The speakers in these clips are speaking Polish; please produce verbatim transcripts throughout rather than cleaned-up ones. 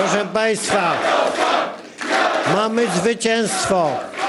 Proszę Państwa, mamy zwycięstwo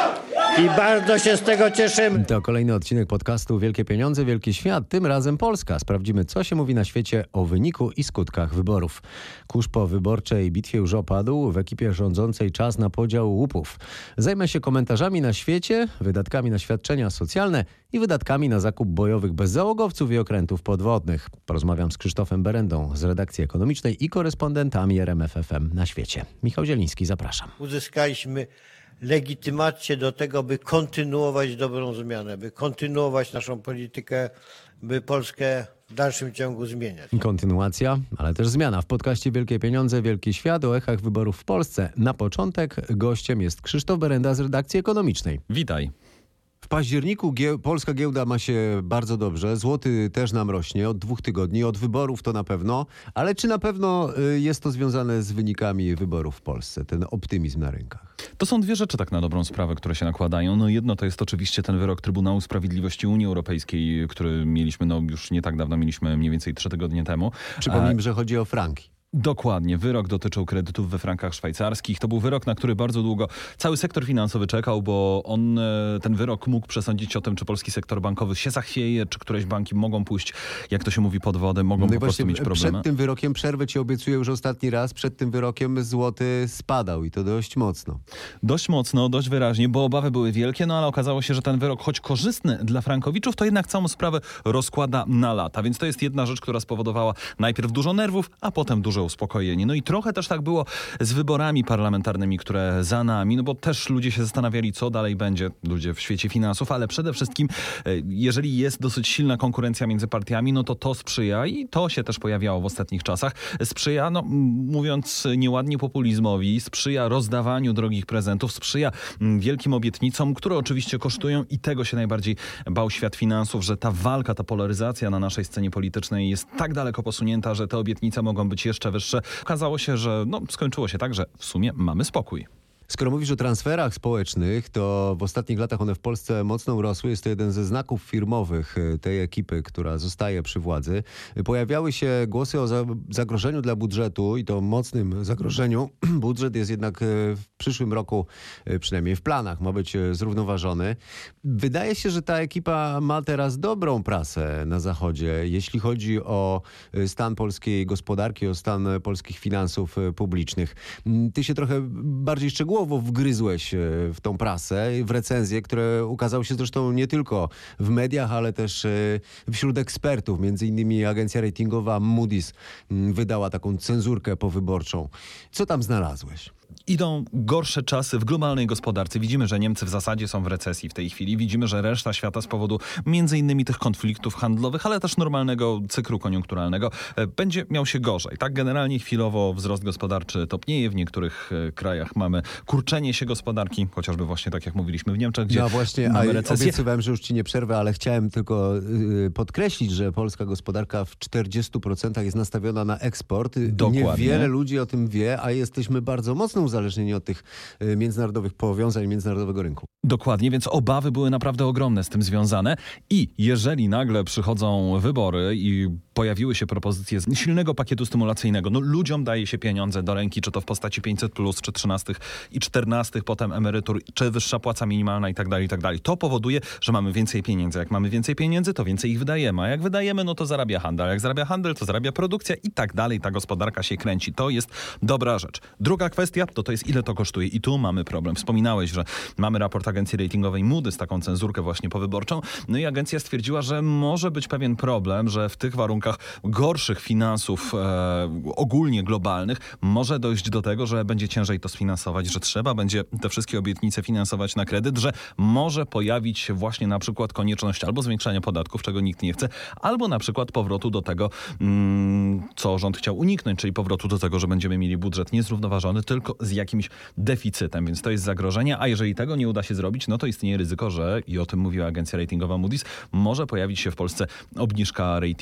i bardzo się z tego cieszymy. To kolejny odcinek podcastu Wielkie Pieniądze, Wielki Świat. Tym razem Polska. Sprawdzimy, co się mówi na świecie o wyniku i skutkach wyborów. Kurz po wyborczej bitwie już opadł. W ekipie rządzącej czas na podział łupów. Zajmę się komentarzami na świecie, wydatkami na świadczenia socjalne i wydatkami na zakup bojowych bezzałogowców i okrętów podwodnych. Porozmawiam z Krzysztofem Berendą z redakcji ekonomicznej i korespondentami R M F F M na świecie. Michał Zieliński, zapraszam. Uzyskaliśmy legitymację do tego, by kontynuować dobrą zmianę, by kontynuować naszą politykę, by Polskę w dalszym ciągu zmieniać. Kontynuacja, ale też zmiana. W podcaście Wielkie Pieniądze, Wielki Świat o echach wyborów w Polsce. Na początek gościem jest Krzysztof Berenda z redakcji ekonomicznej. Witaj. W październiku gie- polska giełda ma się bardzo dobrze. Złoty też nam rośnie od dwóch tygodni. Od wyborów to na pewno. Ale czy na pewno y, jest to związane z wynikami wyborów w Polsce? Ten optymizm na rynkach. To są dwie rzeczy tak na dobrą sprawę, które się nakładają. No jedno to jest oczywiście ten wyrok Trybunału Sprawiedliwości Unii Europejskiej, który mieliśmy no już nie tak dawno, mieliśmy mniej więcej trzy tygodnie temu. Przypomnijmy, A... że chodzi o franki. Dokładnie. Wyrok dotyczył kredytów we frankach szwajcarskich. To był wyrok, na który bardzo długo cały sektor finansowy czekał, bo on, ten wyrok mógł przesądzić o tym, czy polski sektor bankowy się zachwieje, czy któreś banki mogą pójść, jak to się mówi, pod wodę, mogą no po prostu mieć problemy. Przed tym wyrokiem, przerwę ci obiecuję już ostatni raz, przed tym wyrokiem złoty spadał i to dość mocno. Dość mocno, dość wyraźnie, bo obawy były wielkie, no ale okazało się, że ten wyrok, choć korzystny dla frankowiczów, to jednak całą sprawę rozkłada na lata. Więc to jest jedna rzecz, która spowodowała najpierw dużo nerwów, a potem dużo uspokojenie. No i trochę też tak było z wyborami parlamentarnymi, które za nami, no bo też ludzie się zastanawiali, co dalej będzie, ludzie w świecie finansów, ale przede wszystkim, jeżeli jest dosyć silna konkurencja między partiami, no to to sprzyja i to się też pojawiało w ostatnich czasach. Sprzyja, no mówiąc nieładnie, populizmowi, sprzyja rozdawaniu drogich prezentów, sprzyja wielkim obietnicom, które oczywiście kosztują i tego się najbardziej bał świat finansów, że ta walka, ta polaryzacja na naszej scenie politycznej jest tak daleko posunięta, że te obietnice mogą być jeszcze wyższe. Okazało się, że no, skończyło się tak, że w sumie mamy spokój. Skoro mówisz o transferach społecznych, to w ostatnich latach one w Polsce mocno urosły. Jest to jeden ze znaków firmowych tej ekipy, która zostaje przy władzy. Pojawiały się głosy o zagrożeniu dla budżetu i to mocnym zagrożeniu. Budżet jest jednak w przyszłym roku, przynajmniej w planach, ma być zrównoważony. Wydaje się, że ta ekipa ma teraz dobrą prasę na Zachodzie, jeśli chodzi o stan polskiej gospodarki, o stan polskich finansów publicznych. Ty się trochę bardziej szczegółowo wgryzłeś w tą prasę, w recenzje, które ukazały się zresztą nie tylko w mediach, ale też wśród ekspertów. Między innymi agencja ratingowa Moody's wydała taką cenzurkę powyborczą. Co tam znalazłeś? Idą gorsze czasy w globalnej gospodarce. Widzimy, że Niemcy w zasadzie są w recesji w tej chwili. Widzimy, że reszta świata z powodu między innymi tych konfliktów handlowych, ale też normalnego cyklu koniunkturalnego będzie miał się gorzej. Tak generalnie chwilowo wzrost gospodarczy topnieje. W niektórych krajach mamy kurczenie się gospodarki, chociażby właśnie tak jak mówiliśmy w Niemczech, gdzie no właśnie, mamy recesję. Obiecywałem, że już ci nie przerwę, ale chciałem tylko yy, podkreślić, że polska gospodarka w czterdziestu procentach jest nastawiona na eksport. Dokładnie. Niewiele ludzi o tym wie, a jesteśmy bardzo mocno uzależnieni od tych międzynarodowych powiązań, międzynarodowego rynku. Dokładnie, więc obawy były naprawdę ogromne z tym związane i jeżeli nagle przychodzą wybory i pojawiły się propozycje silnego pakietu stymulacyjnego, no ludziom daje się pieniądze do ręki, czy to w postaci pięćset plus, czy trzynastych i czternastych potem emerytur, czy wyższa płaca minimalna i tak dalej, i tak dalej. To powoduje, że mamy więcej pieniędzy. Jak mamy więcej pieniędzy, to więcej ich wydajemy. A jak wydajemy, no to zarabia handel. Jak zarabia handel, to zarabia produkcja i tak dalej. Ta gospodarka się kręci. To jest dobra rzecz. Druga kwestia to to jest ile to kosztuje. I tu mamy problem. Wspominałeś, że mamy raport agencji ratingowej Moody's, taką cenzurkę właśnie powyborczą. No i agencja stwierdziła, że może być pewien problem, że w tych warunkach gorszych finansów e, ogólnie globalnych może dojść do tego, że będzie ciężej to sfinansować, że trzeba będzie te wszystkie obietnice finansować na kredyt, że może pojawić się właśnie na przykład konieczność albo zwiększania podatków, czego nikt nie chce, albo na przykład powrotu do tego, mm, co rząd chciał uniknąć, czyli powrotu do tego, że będziemy mieli budżet niezrównoważony, tylko z jakimś deficytem, więc to jest zagrożenie, a jeżeli tego nie uda się zrobić, no to istnieje ryzyko, że, i o tym mówiła agencja ratingowa Moody's, może pojawić się w Polsce obniżka ratingu, czyli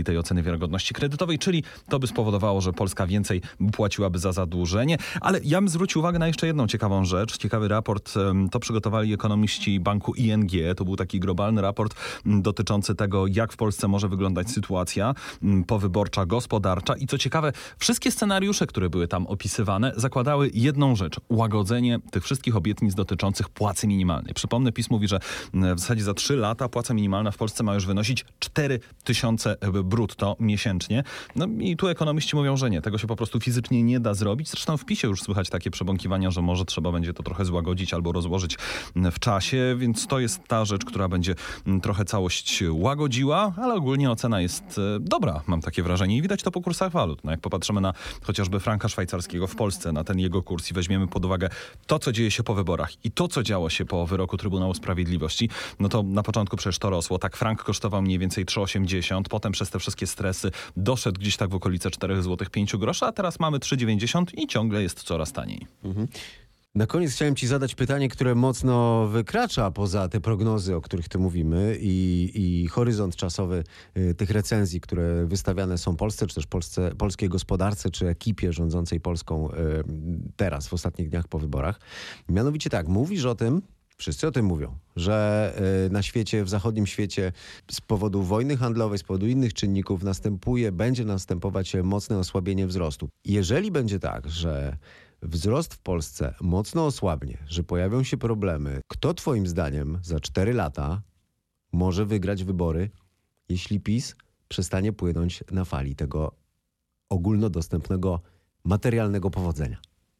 jednolitej oceny wiarygodności kredytowej, czyli to by spowodowało, że Polska więcej płaciłaby za zadłużenie. Ale ja bym zwrócił uwagę na jeszcze jedną ciekawą rzecz. Ciekawy raport, to przygotowali ekonomiści banku I N G. To był taki globalny raport dotyczący tego, jak w Polsce może wyglądać sytuacja powyborcza, gospodarcza. I co ciekawe, wszystkie scenariusze, które były tam opisywane, zakładały jedną rzecz. Łagodzenie tych wszystkich obietnic dotyczących płacy minimalnej. Przypomnę, PiS mówi, że w zasadzie za trzy lata płaca minimalna w Polsce ma już wynosić cztery tysiące brutto miesięcznie. No i tu ekonomiści mówią, że nie. Tego się po prostu fizycznie nie da zrobić. Zresztą w PiSie już słychać takie przebąkiwania, że może trzeba będzie to trochę złagodzić albo rozłożyć w czasie, więc to jest ta rzecz, która będzie trochę całość łagodziła, ale ogólnie ocena jest dobra, mam takie wrażenie. I widać to po kursach walut. No jak popatrzymy na chociażby franka szwajcarskiego w Polsce, na ten jego kurs i weźmiemy pod uwagę to, co dzieje się po wyborach i to, co działo się po wyroku Trybunału Sprawiedliwości, no to na początku przecież to rosło. Tak frank kosztował mniej więcej trzy osiemdziesiąt, potem przez te wszystkie stresy doszedł gdzieś tak w okolice cztery złote pięć groszy, a teraz mamy trzy dziewięćdziesiąt i ciągle jest coraz taniej. Mhm. Na koniec chciałem ci zadać pytanie, które mocno wykracza poza te prognozy, o których tu mówimy i, i horyzont czasowy y, tych recenzji, które wystawiane są Polsce, czy też Polsce, polskiej gospodarce, czy ekipie rządzącej Polską y, teraz, w ostatnich dniach po wyborach. Mianowicie tak, mówisz o tym, wszyscy o tym mówią, że y, na świecie, w zachodnim świecie z powodu wojny handlowej, z powodu innych czynników następuje, będzie następować mocne osłabienie wzrostu. Jeżeli będzie tak, że wzrost w Polsce mocno osłabnie, że pojawią się problemy, kto twoim zdaniem za cztery lata może wygrać wybory, jeśli PiS przestanie płynąć na fali tego ogólnodostępnego materialnego powodzenia?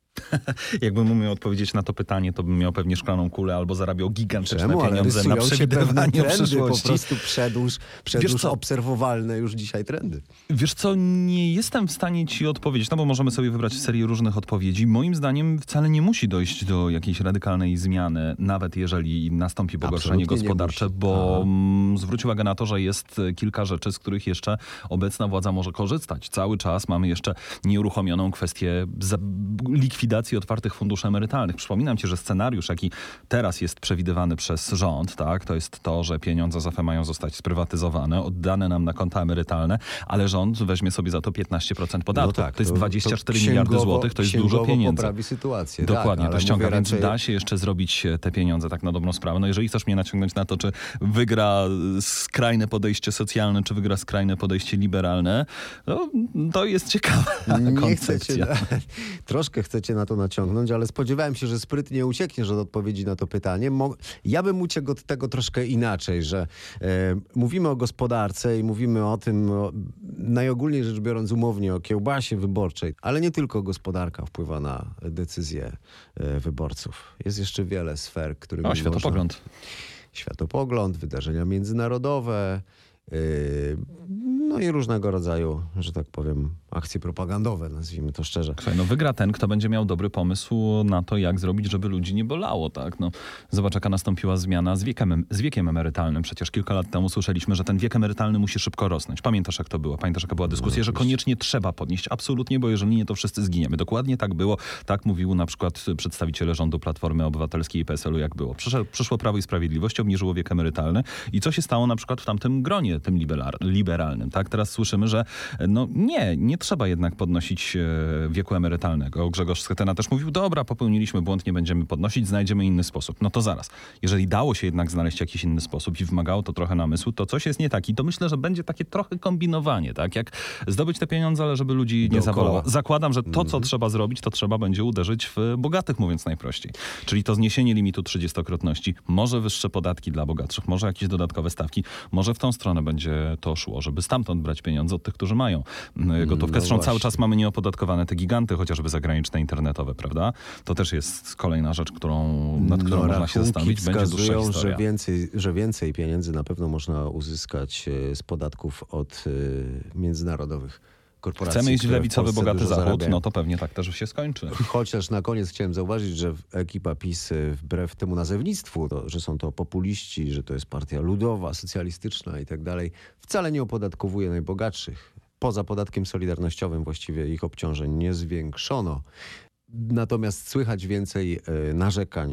Jakbym umiał odpowiedzieć na to pytanie, to bym miał pewnie szklaną kulę albo zarabiał gigantyczne Czemu? pieniądze na przewidywanie przyszłości. Po prostu przedłuż, przedłuż obserwowalne już dzisiaj trendy. Wiesz co, nie jestem w stanie ci odpowiedzieć, no bo możemy sobie wybrać serię różnych odpowiedzi. Moim zdaniem wcale nie musi dojść do jakiejś radykalnej zmiany, nawet jeżeli nastąpi pogorszenie Absolutnie gospodarcze, bo Aha. zwróć uwagę na to, że jest kilka rzeczy, z których jeszcze obecna władza może korzystać. Cały czas mamy jeszcze nieuruchomioną kwestię likwidacji likwidacji otwartych funduszy emerytalnych. Przypominam ci, że scenariusz, jaki teraz jest przewidywany przez rząd, tak, to jest to, że pieniądze z A F E mają zostać sprywatyzowane, oddane nam na konta emerytalne, ale rząd weźmie sobie za to piętnaście procent podatku. No tak, to jest dwadzieścia cztery miliardy złotych, to jest dużo pieniędzy. Poprawi sytuację. Dokładnie, tak, to ściąga, więc raczej... da się jeszcze zrobić te pieniądze tak na dobrą sprawę. No jeżeli chcesz mnie naciągnąć na to, czy wygra skrajne podejście socjalne, czy wygra skrajne podejście liberalne, no, to jest ciekawa Nie koncepcja. Chcecie, troszkę chcecie na to naciągnąć, ale spodziewałem się, że sprytnie uciekniesz od odpowiedzi na to pytanie. Mo- ja bym uciekł od tego troszkę inaczej, że e, mówimy o gospodarce i mówimy o tym, o, najogólniej rzecz biorąc umownie, o kiełbasie wyborczej, ale nie tylko gospodarka wpływa na decyzje e, wyborców. Jest jeszcze wiele sfer, którymi O, światopogląd. Można... Światopogląd, wydarzenia międzynarodowe, no i różnego rodzaju, że tak powiem, akcje propagandowe, nazwijmy to szczerze. Słuchaj, no wygra ten, kto będzie miał dobry pomysł na to, jak zrobić, żeby ludzi nie bolało, tak? No, zobacz, jaka nastąpiła zmiana z wiekiem, z wiekiem emerytalnym. Przecież kilka lat temu słyszeliśmy, że ten wiek emerytalny musi szybko rosnąć. Pamiętasz, jak to było? Pamiętasz, jaka była dyskusja, no, że koniecznie trzeba podnieść? Absolutnie, bo jeżeli nie, to wszyscy zginiemy. Dokładnie tak było. Tak mówił na przykład przedstawiciele rządu Platformy Obywatelskiej i P S L u, jak było. Przyszło, przyszło Prawo i Sprawiedliwość, obniżyło wiek emerytalny i co się stało na przykład w tamtym gronie, tym liberalnym, tak? Teraz słyszymy, że no nie, nie trzeba jednak podnosić wieku emerytalnego. Grzegorz Schetyna też mówił, dobra, popełniliśmy błąd, nie będziemy podnosić, znajdziemy inny sposób. No to zaraz. Jeżeli dało się jednak znaleźć jakiś inny sposób i wymagało to trochę namysłu, to coś jest nie tak. I to myślę, że będzie takie trochę kombinowanie, tak? Jak zdobyć te pieniądze, ale żeby ludzi nie zabolało. Zakładam, że to, co mm. trzeba zrobić, to trzeba będzie uderzyć w bogatych, mówiąc najprościej. Czyli to zniesienie limitu trzydziestokrotności, może wyższe podatki dla bogatszych, może jakieś dodatkowe stawki, może w tą stronę będzie to szło, żeby stamtąd brać pieniądze od tych, którzy mają gotówkę. No Zresztą właśnie. Cały czas mamy nieopodatkowane te giganty, chociażby zagraniczne, internetowe, prawda? To też jest kolejna rzecz, którą, nad którą no, można się zastanowić. Będzie dłuższa historia. Że więcej, że więcej pieniędzy na pewno można uzyskać z podatków od y, międzynarodowych korporacji. Chcemy iść w lewicowy, bogaty zachód, zarabiają. No to pewnie tak też się skończy. Chociaż na koniec chciałem zauważyć, że ekipa PiS, wbrew temu nazewnictwu, to, że są to populiści, że to jest partia ludowa, socjalistyczna i tak dalej, wcale nie opodatkowuje najbogatszych. Poza podatkiem solidarnościowym właściwie ich obciążeń nie zwiększono. Natomiast słychać więcej narzekań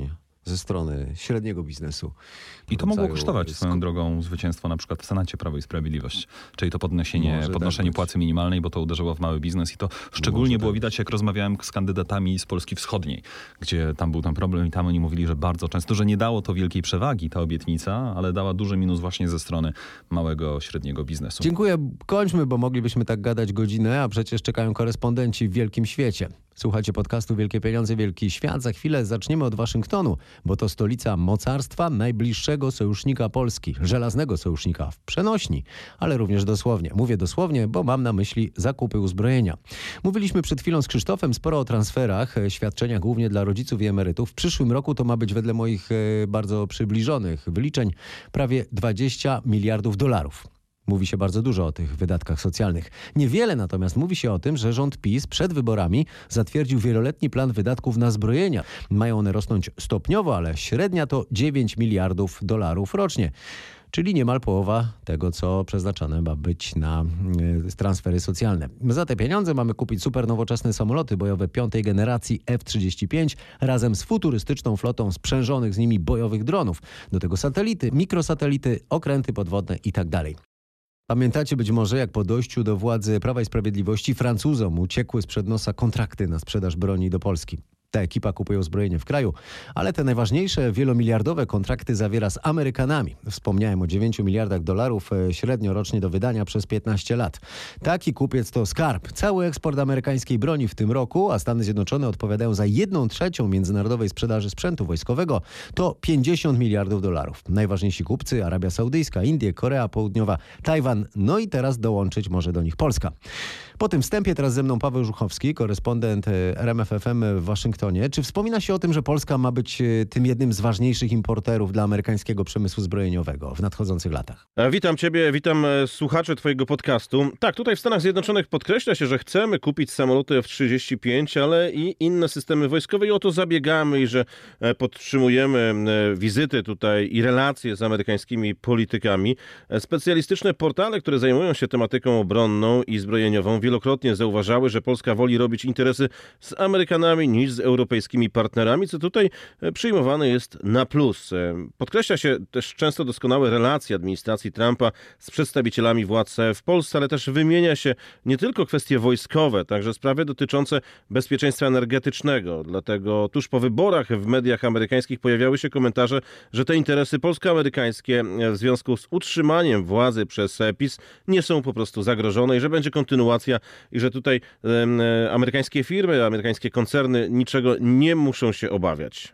ze strony średniego biznesu. I to mogło rodzaju kosztować swoją sk- drogą zwycięstwo na przykład w Senacie Prawo i Sprawiedliwość. Czyli to podniesienie, Może tak podnoszenie być. płacy minimalnej, bo to uderzyło w mały biznes i to szczególnie Może było tak widać, jak rozmawiałem z kandydatami z Polski Wschodniej, gdzie tam był ten problem i tam oni mówili, że bardzo często, że nie dało to wielkiej przewagi ta obietnica, ale dała duży minus właśnie ze strony małego, średniego biznesu. Dziękuję. Kończmy, bo moglibyśmy tak gadać godzinę, a przecież czekają korespondenci w wielkim świecie. Słuchajcie podcastu Wielkie Pieniądze, Wielki Świat. Za chwilę zaczniemy od Waszyngtonu, bo to stolica mocarstwa, najbliższego sojusznika Polski, żelaznego sojusznika w przenośni, ale również dosłownie. Mówię dosłownie, bo mam na myśli zakupy uzbrojenia. Mówiliśmy przed chwilą z Krzysztofem sporo o transferach, e, świadczeniach głównie dla rodziców i emerytów. W przyszłym roku to ma być wedle moich e, bardzo przybliżonych wyliczeń prawie dwadzieścia miliardów dolarów. Mówi się bardzo dużo o tych wydatkach socjalnych. Niewiele natomiast mówi się o tym, że rząd PiS przed wyborami zatwierdził wieloletni plan wydatków na zbrojenia. Mają one rosnąć stopniowo, ale średnia to dziewięć miliardów dolarów rocznie. Czyli niemal połowa tego, co przeznaczone ma być na y, transfery socjalne. Za te pieniądze mamy kupić super nowoczesne samoloty bojowe piątej generacji F trzydzieści pięć razem z futurystyczną flotą sprzężonych z nimi bojowych dronów. Do tego satelity, mikrosatelity, okręty podwodne i tak dalej. Pamiętacie być może, jak po dojściu do władzy Prawa i Sprawiedliwości Francuzom uciekły sprzed nosa kontrakty na sprzedaż broni do Polski. Ta ekipa kupuje uzbrojenie w kraju, ale te najważniejsze wielomiliardowe kontrakty zawiera z Amerykanami. Wspomniałem o dziewięciu miliardach dolarów e, średnio rocznie do wydania przez piętnaście lat. Taki kupiec to skarb. Cały eksport amerykańskiej broni w tym roku, a Stany Zjednoczone odpowiadają za jedną trzecią międzynarodowej sprzedaży sprzętu wojskowego, to pięćdziesiąt miliardów dolarów. Najważniejsi kupcy: Arabia Saudyjska, Indie, Korea Południowa, Tajwan, no i teraz dołączyć może do nich Polska. Po tym wstępie teraz ze mną Paweł Żuchowski, korespondent R M F F M w Waszyngtonie. Czy wspomina się o tym, że Polska ma być tym jednym z ważniejszych importerów dla amerykańskiego przemysłu zbrojeniowego w nadchodzących latach? Witam Ciebie, witam słuchaczy Twojego podcastu. Tak, tutaj w Stanach Zjednoczonych podkreśla się, że chcemy kupić samoloty F trzydzieści pięć, ale i inne systemy wojskowe i o to zabiegamy i że podtrzymujemy wizyty tutaj i relacje z amerykańskimi politykami. Specjalistyczne portale, które zajmują się tematyką obronną i zbrojeniową, wielokrotnie zauważały, że Polska woli robić interesy z Amerykanami niż z europejskimi partnerami, co tutaj przyjmowane jest na plus. Podkreśla się też często doskonałe relacje administracji Trumpa z przedstawicielami władz w Polsce, ale też wymienia się nie tylko kwestie wojskowe, także sprawy dotyczące bezpieczeństwa energetycznego. Dlatego tuż po wyborach w mediach amerykańskich pojawiały się komentarze, że te interesy polsko-amerykańskie w związku z utrzymaniem władzy przez PiS nie są po prostu zagrożone i że będzie kontynuacja i że tutaj e, amerykańskie firmy, amerykańskie koncerny niczego nie muszą się obawiać.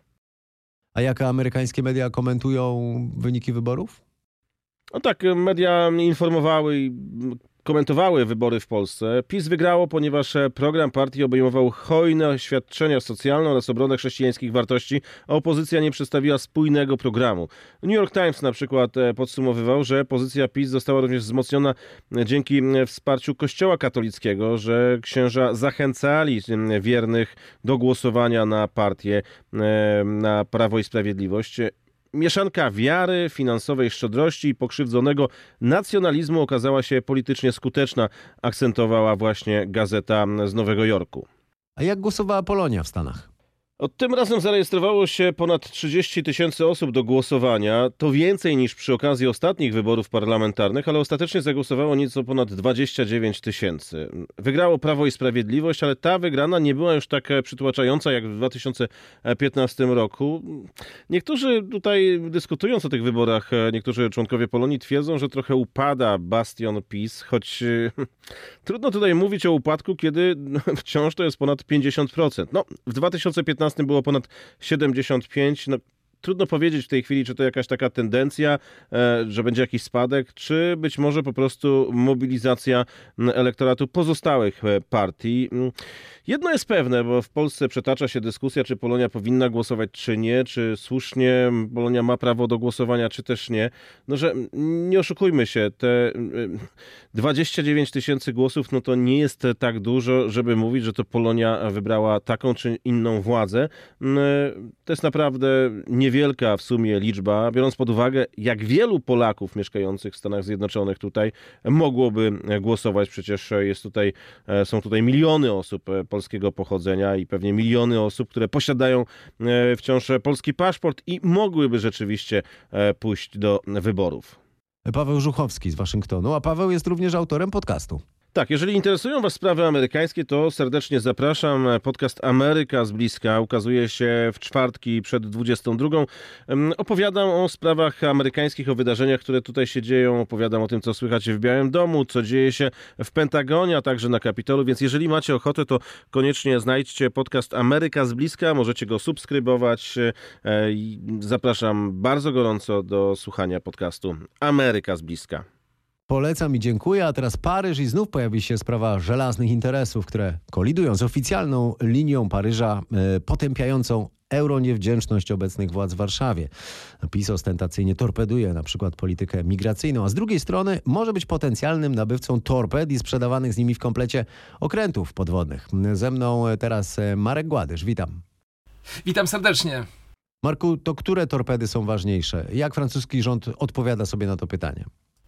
A jak amerykańskie media komentują wyniki wyborów? No tak, media informowały i komentowały wybory w Polsce. PiS wygrało, ponieważ program partii obejmował hojne świadczenia socjalne oraz obronę chrześcijańskich wartości, a opozycja nie przedstawiła spójnego programu. New York Times na przykład podsumowywał, że pozycja PiS została również wzmocniona dzięki wsparciu Kościoła katolickiego, że księża zachęcali wiernych do głosowania na partię, na Prawo i Sprawiedliwość. Mieszanka wiary, finansowej szczodrości i pokrzywdzonego nacjonalizmu okazała się politycznie skuteczna, akcentowała właśnie gazeta z Nowego Jorku. A jak głosowała Polonia w Stanach? Od tym razem zarejestrowało się ponad trzydzieści tysięcy osób do głosowania. To więcej niż przy okazji ostatnich wyborów parlamentarnych, ale ostatecznie zagłosowało nieco ponad dwadzieścia dziewięć tysięcy. Wygrało Prawo i Sprawiedliwość, ale ta wygrana nie była już tak przytłaczająca jak w dwa tysiące piętnastym roku. Niektórzy tutaj, dyskutując o tych wyborach, niektórzy członkowie Polonii twierdzą, że trochę upada bastion PiS, choć trudno tutaj mówić o upadku, kiedy wciąż to jest ponad pięćdziesiąt procent. No, w dwa tysiące piętnastym było ponad siedemdziesiąt pięć procent. No, trudno powiedzieć w tej chwili, czy to jakaś taka tendencja, że będzie jakiś spadek, czy być może po prostu mobilizacja elektoratu pozostałych partii. Jedno jest pewne, bo w Polsce przetacza się dyskusja, czy Polonia powinna głosować, czy nie, czy słusznie Polonia ma prawo do głosowania, czy też nie. No, że nie oszukujmy się, te dwadzieścia dziewięć tysięcy głosów, no to nie jest tak dużo, żeby mówić, że to Polonia wybrała taką czy inną władzę. To jest naprawdę niewiele. niewielka w sumie liczba, biorąc pod uwagę, jak wielu Polaków mieszkających w Stanach Zjednoczonych tutaj mogłoby głosować. Przecież jest tutaj, są tutaj miliony osób polskiego pochodzenia i pewnie miliony osób, które posiadają wciąż polski paszport i mogłyby rzeczywiście pójść do wyborów. Paweł Żuchowski z Waszyngtonu, a Paweł jest również autorem podcastu. Tak, jeżeli interesują Was sprawy amerykańskie, to serdecznie zapraszam. Podcast Ameryka z bliska ukazuje się w czwartki przed dwudziestą drugą. Opowiadam o sprawach amerykańskich, o wydarzeniach, które tutaj się dzieją. Opowiadam o tym, co słychać w Białym Domu, co dzieje się w Pentagonie, a także na Kapitolu. Więc jeżeli macie ochotę, to koniecznie znajdźcie podcast Ameryka z bliska. Możecie go subskrybować. Zapraszam bardzo gorąco do słuchania podcastu Ameryka z bliska. Polecam i dziękuję, a teraz Paryż i znów pojawi się sprawa żelaznych interesów, które kolidują z oficjalną linią Paryża e, potępiającą euroniewdzięczność obecnych władz w Warszawie. PiS ostentacyjnie torpeduje na przykład politykę migracyjną, a z drugiej strony może być potencjalnym nabywcą torped i sprzedawanych z nimi w komplecie okrętów podwodnych. Ze mną teraz Marek Gładysz, witam. Witam serdecznie. Marku, to które torpedy są ważniejsze? Jak francuski rząd odpowiada sobie na to pytanie?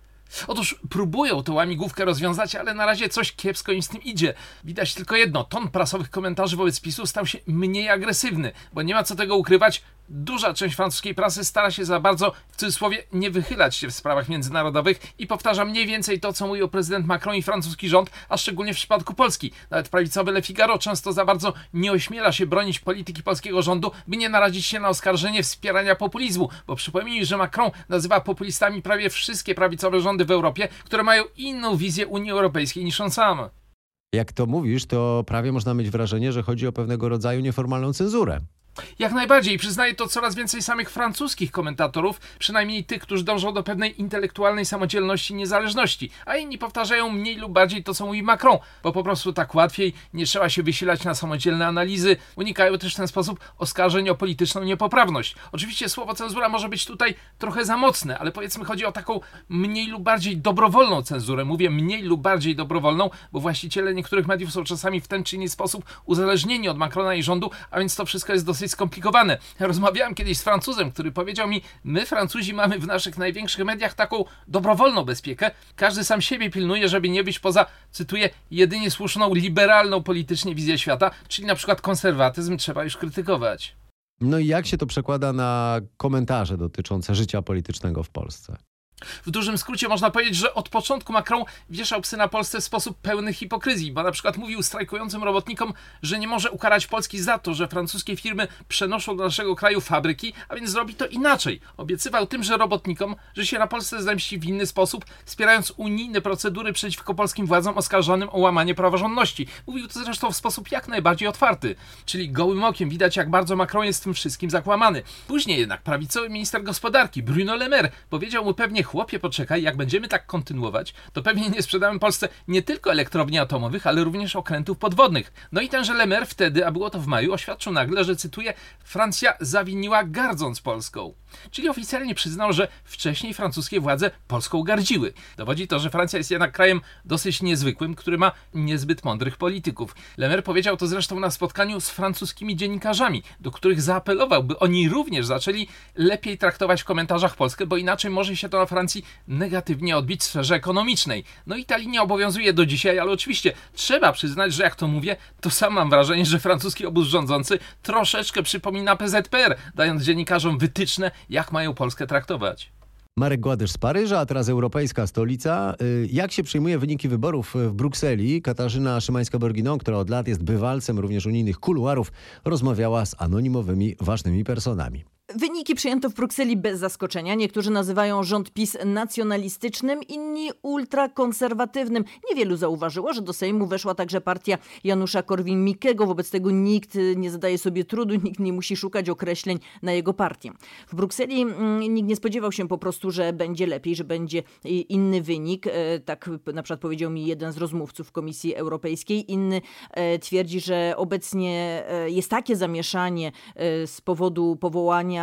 Otóż próbują tę łamigłówkę rozwiązać, ale na razie coś kiepsko im z tym idzie. Widać tylko jedno, ton prasowych komentarzy wobec PiSu stał się mniej agresywny, bo nie ma co tego ukrywać, duża część francuskiej prasy stara się za bardzo, w cudzysłowie, nie wychylać się w sprawach międzynarodowych i powtarza mniej więcej to, co mówił prezydent Macron i francuski rząd, a szczególnie w przypadku Polski. Nawet prawicowy Le Figaro często za bardzo nie ośmiela się bronić polityki polskiego rządu, by nie narazić się na oskarżenie wspierania populizmu, bo przypomnij, że Macron nazywa populistami prawie wszystkie prawicowe rządy w Europie, które mają inną wizję Unii Europejskiej niż on sam. Jak to mówisz, to prawie można mieć wrażenie, że chodzi o pewnego rodzaju nieformalną cenzurę. Jak najbardziej. Przyznaje to coraz więcej samych francuskich komentatorów, przynajmniej tych, którzy dążą do pewnej intelektualnej samodzielności i niezależności, a inni powtarzają mniej lub bardziej to, co mówi Macron, bo po prostu tak łatwiej, nie trzeba się wysilać na samodzielne analizy, unikają też w ten sposób oskarżeń o polityczną niepoprawność. Oczywiście słowo cenzura może być tutaj trochę za mocne, ale powiedzmy chodzi o taką mniej lub bardziej dobrowolną cenzurę. Mówię mniej lub bardziej dobrowolną, bo właściciele niektórych mediów są czasami w ten czy inny sposób uzależnieni od Macrona i rządu, a więc to wszystko jest dosyć skomplikowane. Rozmawiałem kiedyś z Francuzem, który powiedział mi, my Francuzi mamy w naszych największych mediach taką dobrowolną bezpiekę. Każdy sam siebie pilnuje, żeby nie być poza, cytuję, jedynie słuszną, liberalną politycznie wizję świata, czyli na przykład konserwatyzm trzeba już krytykować. No i jak się to przekłada na komentarze dotyczące życia politycznego w Polsce? W dużym skrócie można powiedzieć, że od początku Macron wieszał psy na Polsce w sposób pełny hipokryzji, bo na przykład mówił strajkującym robotnikom, że nie może ukarać Polski za to, że francuskie firmy przenoszą do naszego kraju fabryki, a więc zrobi to inaczej. Obiecywał tymże robotnikom, że się na Polsce zemści w inny sposób, wspierając unijne procedury przeciwko polskim władzom oskarżonym o łamanie praworządności. Mówił to zresztą w sposób jak najbardziej otwarty, czyli gołym okiem widać, jak bardzo Macron jest tym wszystkim zakłamany. Później jednak prawicowy minister gospodarki Bruno Le Maire powiedział mu pewnie: chłopie, poczekaj, jak będziemy tak kontynuować, to pewnie nie sprzedamy Polsce nie tylko elektrowni atomowych, ale również okrętów podwodnych. No i tenże Le Maire wtedy, a było to w maju, oświadczył nagle, że, cytuję, Francja zawiniła gardząc Polską. Czyli oficjalnie przyznał, że wcześniej francuskie władze Polską gardziły. Dowodzi to, że Francja jest jednak krajem dosyć niezwykłym, który ma niezbyt mądrych polityków. Le Maire powiedział to zresztą na spotkaniu z francuskimi dziennikarzami, do których zaapelował, by oni również zaczęli lepiej traktować w komentarzach Polskę, bo inaczej może się to na Francji negatywnie odbić w sferze ekonomicznej. No i ta linia obowiązuje do dzisiaj, ale oczywiście trzeba przyznać, że jak to mówię, to sam mam wrażenie, że francuski obóz rządzący troszeczkę przypomina P Z P R, dając dziennikarzom wytyczne, jak mają Polskę traktować. Marek Gładysz z Paryża, a teraz europejska stolica. Jak się przyjmuje wyniki wyborów w Brukseli? Katarzyna Szymańska-Borginą, która od lat jest bywalcem również unijnych kuluarów, rozmawiała z anonimowymi, ważnymi personami. Wyniki przyjęto w Brukseli bez zaskoczenia. Niektórzy nazywają rząd PiS nacjonalistycznym, inni ultrakonserwatywnym. Niewielu zauważyło, że do Sejmu weszła także partia Janusza Korwin-Mikkego. Wobec tego nikt nie zadaje sobie trudu, nikt nie musi szukać określeń na jego partię. W Brukseli mm, nikt nie spodziewał się po prostu, że będzie lepiej, że będzie inny wynik. E, tak na przykład powiedział mi jeden z rozmówców Komisji Europejskiej. Inny e, twierdzi, że obecnie e, jest takie zamieszanie e, z powodu powołania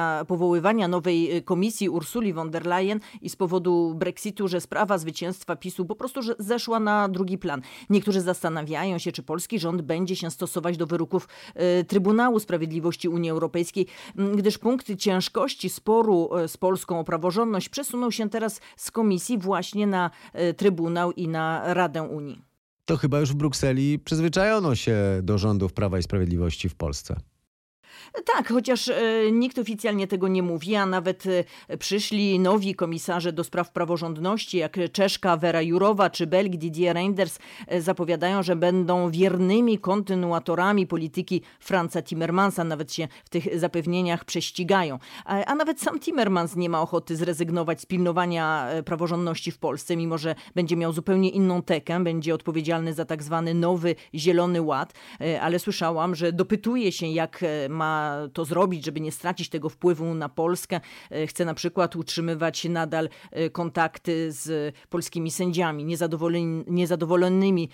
powołania, powoływania nowej komisji Ursuli von der Leyen i z powodu Brexitu, że sprawa zwycięstwa PiSu po prostu że zeszła na drugi plan. Niektórzy zastanawiają się, czy polski rząd będzie się stosować do wyroków y, Trybunału Sprawiedliwości Unii Europejskiej, gdyż punkt ciężkości sporu z Polską o praworządność przesunął się teraz z komisji właśnie na y, Trybunał i na Radę Unii. To chyba już w Brukseli przyzwyczajono się do rządów Prawa i Sprawiedliwości w Polsce. Tak, chociaż e, nikt oficjalnie tego nie mówi, a nawet e, przyszli nowi komisarze do spraw praworządności, jak Czeszka Vera Jourová czy Belg Didier Reynders, e, zapowiadają, że będą wiernymi kontynuatorami polityki Franza Timmermansa. Nawet się w tych zapewnieniach prześcigają. A, a nawet sam Timmermans nie ma ochoty zrezygnować z pilnowania praworządności w Polsce, mimo że będzie miał zupełnie inną tekę, będzie odpowiedzialny za tak zwany nowy Zielony Ład. E, ale słyszałam, że dopytuje się, jak ma to zrobić, żeby nie stracić tego wpływu na Polskę. Chce na przykład utrzymywać nadal kontakty z polskimi sędziami niezadowoleni, niezadowolonymi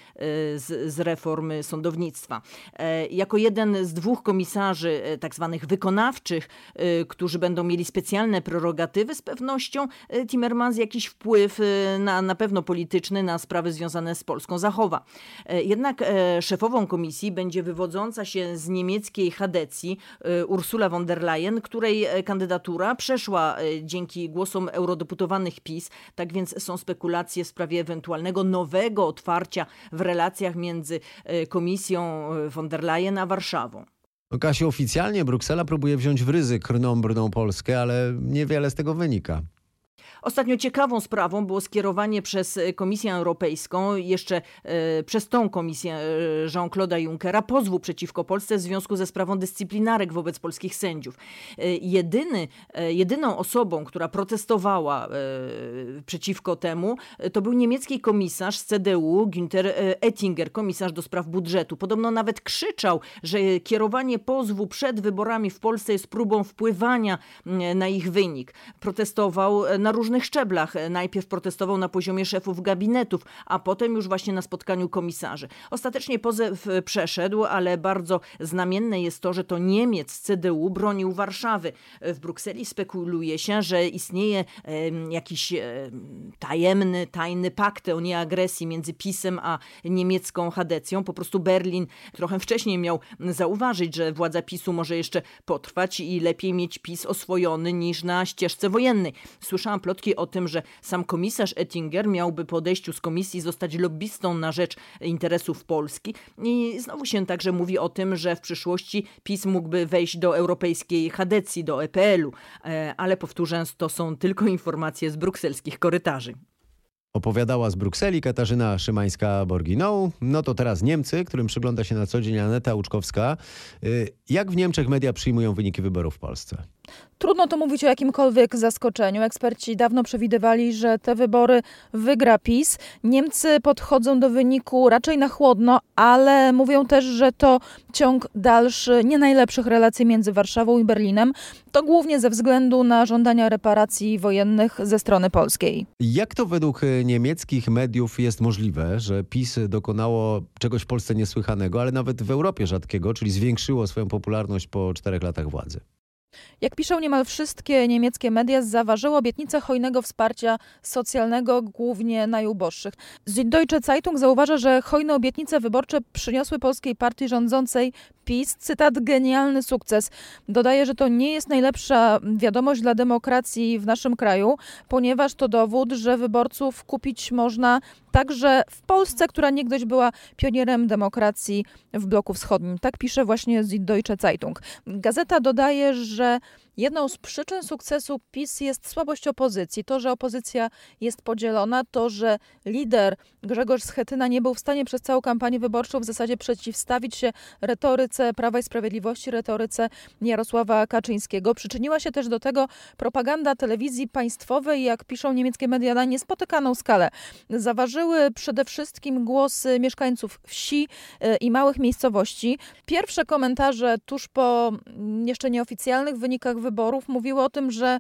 z, z reformy sądownictwa. Jako jeden z dwóch komisarzy tak zwanych wykonawczych, którzy będą mieli specjalne prerogatywy, z pewnością Timmermans jakiś wpływ na, na pewno polityczny na sprawy związane z Polską zachowa. Jednak szefową komisji będzie wywodząca się z niemieckiej Chadecji Ursula von der Leyen, której kandydatura przeszła dzięki głosom eurodeputowanych PiS. Tak więc są spekulacje w sprawie ewentualnego nowego otwarcia w relacjach między komisją von der Leyen a Warszawą. No Kasiu, oficjalnie Bruksela próbuje wziąć w ryzyk rną-brną Polskę, ale niewiele z tego wynika. Ostatnio ciekawą sprawą było skierowanie przez Komisję Europejską, jeszcze e, przez tą komisję e, Jean-Claude'a Junckera, pozwu przeciwko Polsce w związku ze sprawą dyscyplinarek wobec polskich sędziów. E, jedyny, e, jedyną osobą, która protestowała e, przeciwko temu, e, to był niemiecki komisarz z C D U, Günther Oettinger, komisarz do spraw budżetu. Podobno nawet krzyczał, że kierowanie pozwu przed wyborami w Polsce jest próbą wpływania na ich wynik. Protestował na różnych szczeblach. Najpierw protestował na poziomie szefów gabinetów, a potem już właśnie na spotkaniu komisarzy. Ostatecznie pozew przeszedł, ale bardzo znamienne jest to, że to Niemiec z C D U bronił Warszawy. W Brukseli spekuluje się, że istnieje e, jakiś e, tajemny, tajny pakt o nieagresji między PiS-em a niemiecką Chadecją. Po prostu Berlin trochę wcześniej miał zauważyć, że władza PiS-u może jeszcze potrwać i lepiej mieć PiS oswojony niż na ścieżce wojennej. Słyszałam plotki o tym, że sam komisarz Oettinger miałby po odejściu z komisji zostać lobbystą na rzecz interesów Polski. I znowu się także mówi o tym, że w przyszłości PiS mógłby wejść do europejskiej Chadecji, do E P L-u. Ale powtórzę, to są tylko informacje z brukselskich korytarzy. Opowiadała z Brukseli Katarzyna Szymańska-Borginą. No to teraz Niemcy, którym przygląda się na co dzień Aneta Łuczkowska. Jak w Niemczech media przyjmują wyniki wyborów w Polsce? Trudno to mówić o jakimkolwiek zaskoczeniu. Eksperci dawno przewidywali, że te wybory wygra PiS. Niemcy podchodzą do wyniku raczej na chłodno, ale mówią też, że to ciąg dalszy nie najlepszych relacji między Warszawą i Berlinem. To głównie ze względu na żądania reparacji wojennych ze strony polskiej. Jak to według niemieckich mediów jest możliwe, że PiS dokonało czegoś w Polsce niesłychanego, ale nawet w Europie rzadkiego, czyli zwiększyło swoją popularność po czterech latach władzy? Jak piszą niemal wszystkie niemieckie media, zaważyły obietnice hojnego wsparcia socjalnego, głównie najuboższych. Süddeutsche Zeitung zauważa, że hojne obietnice wyborcze przyniosły polskiej partii rządzącej PiS, cytat, genialny sukces. Dodaje, że to nie jest najlepsza wiadomość dla demokracji w naszym kraju, ponieważ to dowód, że wyborców kupić można także w Polsce, która niegdyś była pionierem demokracji w bloku wschodnim. Tak pisze właśnie Süddeutsche Zeitung. Gazeta dodaje, że jedną z przyczyn sukcesu PiS jest słabość opozycji. To, że opozycja jest podzielona, to, że lider Grzegorz Schetyna nie był w stanie przez całą kampanię wyborczą w zasadzie przeciwstawić się retoryce Prawa i Sprawiedliwości, retoryce Jarosława Kaczyńskiego. Przyczyniła się też do tego propaganda telewizji państwowej, jak piszą niemieckie media, na niespotykaną skalę. Zaważyły przede wszystkim głosy mieszkańców wsi i małych miejscowości. Pierwsze komentarze tuż po jeszcze nieoficjalnych wynikach wyborów mówiły o tym, że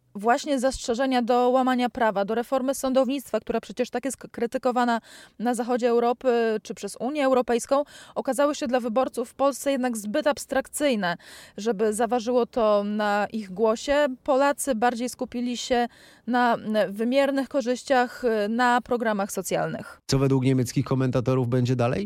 właśnie zastrzeżenia do łamania prawa, do reformy sądownictwa, która przecież tak jest krytykowana na zachodzie Europy czy przez Unię Europejską, okazały się dla wyborców w Polsce jednak zbyt abstrakcyjne, żeby zaważyło to na ich głosie. Polacy bardziej skupili się na wymiernych korzyściach, na programach socjalnych. Co według niemieckich komentatorów będzie dalej?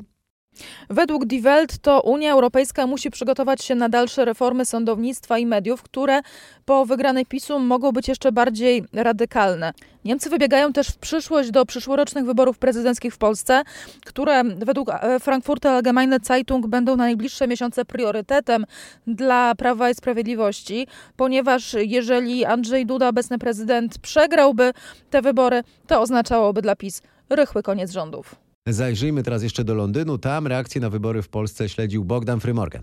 Według Die Welt to Unia Europejska musi przygotować się na dalsze reformy sądownictwa i mediów, które po wygranej PiSu mogą być jeszcze bardziej radykalne. Niemcy wybiegają też w przyszłość do przyszłorocznych wyborów prezydenckich w Polsce, które według Frankfurter Allgemeine Zeitung będą na najbliższe miesiące priorytetem dla Prawa i Sprawiedliwości, ponieważ jeżeli Andrzej Duda, obecny prezydent, przegrałby te wybory, to oznaczałoby dla PiS rychły koniec rządów. Zajrzyjmy teraz jeszcze do Londynu. Tam reakcje na wybory w Polsce śledził Bogdan Frymorgan.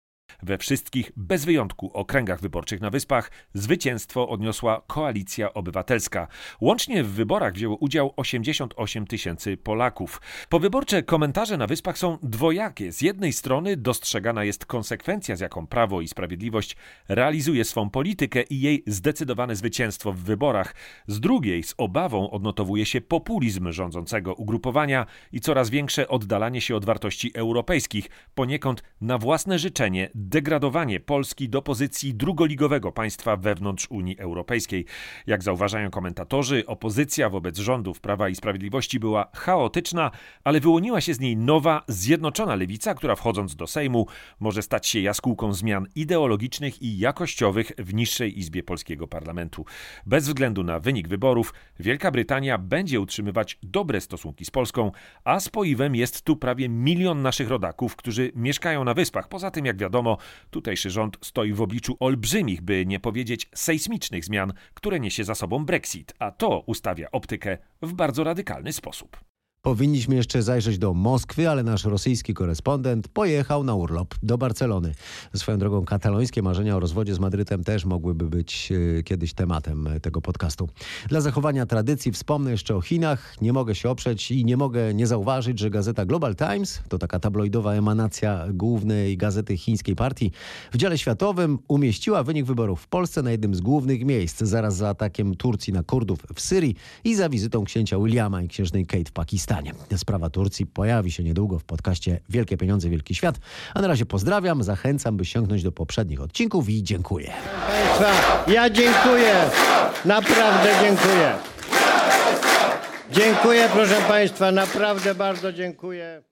We wszystkich, bez wyjątku, okręgach wyborczych na Wyspach zwycięstwo odniosła Koalicja Obywatelska. Łącznie w wyborach wzięło udział osiemdziesiąt osiem tysięcy Polaków. Powyborcze komentarze na Wyspach są dwojakie. Z jednej strony dostrzegana jest konsekwencja, z jaką Prawo i Sprawiedliwość realizuje swą politykę i jej zdecydowane zwycięstwo w wyborach. Z drugiej z obawą odnotowuje się populizm rządzącego ugrupowania i coraz większe oddalanie się od wartości europejskich, poniekąd na własne życzenie degradowanie Polski do pozycji drugoligowego państwa wewnątrz Unii Europejskiej. Jak zauważają komentatorzy, opozycja wobec rządów Prawa i Sprawiedliwości była chaotyczna, ale wyłoniła się z niej nowa, zjednoczona lewica, która wchodząc do Sejmu może stać się jaskółką zmian ideologicznych i jakościowych w niższej izbie polskiego parlamentu. Bez względu na wynik wyborów, Wielka Brytania będzie utrzymywać dobre stosunki z Polską, a spoiwem jest tu prawie milion naszych rodaków, którzy mieszkają na Wyspach. Poza tym, jak wiadomo, tutejszy rząd stoi w obliczu olbrzymich, by nie powiedzieć sejsmicznych zmian, które niesie za sobą Brexit, a to ustawia optykę w bardzo radykalny sposób. Powinniśmy jeszcze zajrzeć do Moskwy, ale nasz rosyjski korespondent pojechał na urlop do Barcelony. Swoją drogą katalońskie marzenia o rozwodzie z Madrytem też mogłyby być e, kiedyś tematem tego podcastu. Dla zachowania tradycji wspomnę jeszcze o Chinach. Nie mogę się oprzeć i nie mogę nie zauważyć, że gazeta Global Times, to taka tabloidowa emanacja głównej gazety chińskiej partii, w dziale światowym umieściła wynik wyborów w Polsce na jednym z głównych miejsc, zaraz za atakiem Turcji na Kurdów w Syrii i za wizytą księcia Williama i księżnej Kate w Pakistanie. Sprawa Turcji pojawi się niedługo w podcaście Wielkie Pieniądze, Wielki Świat. A na razie pozdrawiam, zachęcam, by sięgnąć do poprzednich odcinków i dziękuję. Państwa, ja dziękuję. Naprawdę dziękuję. Dziękuję, proszę Państwa, naprawdę bardzo dziękuję.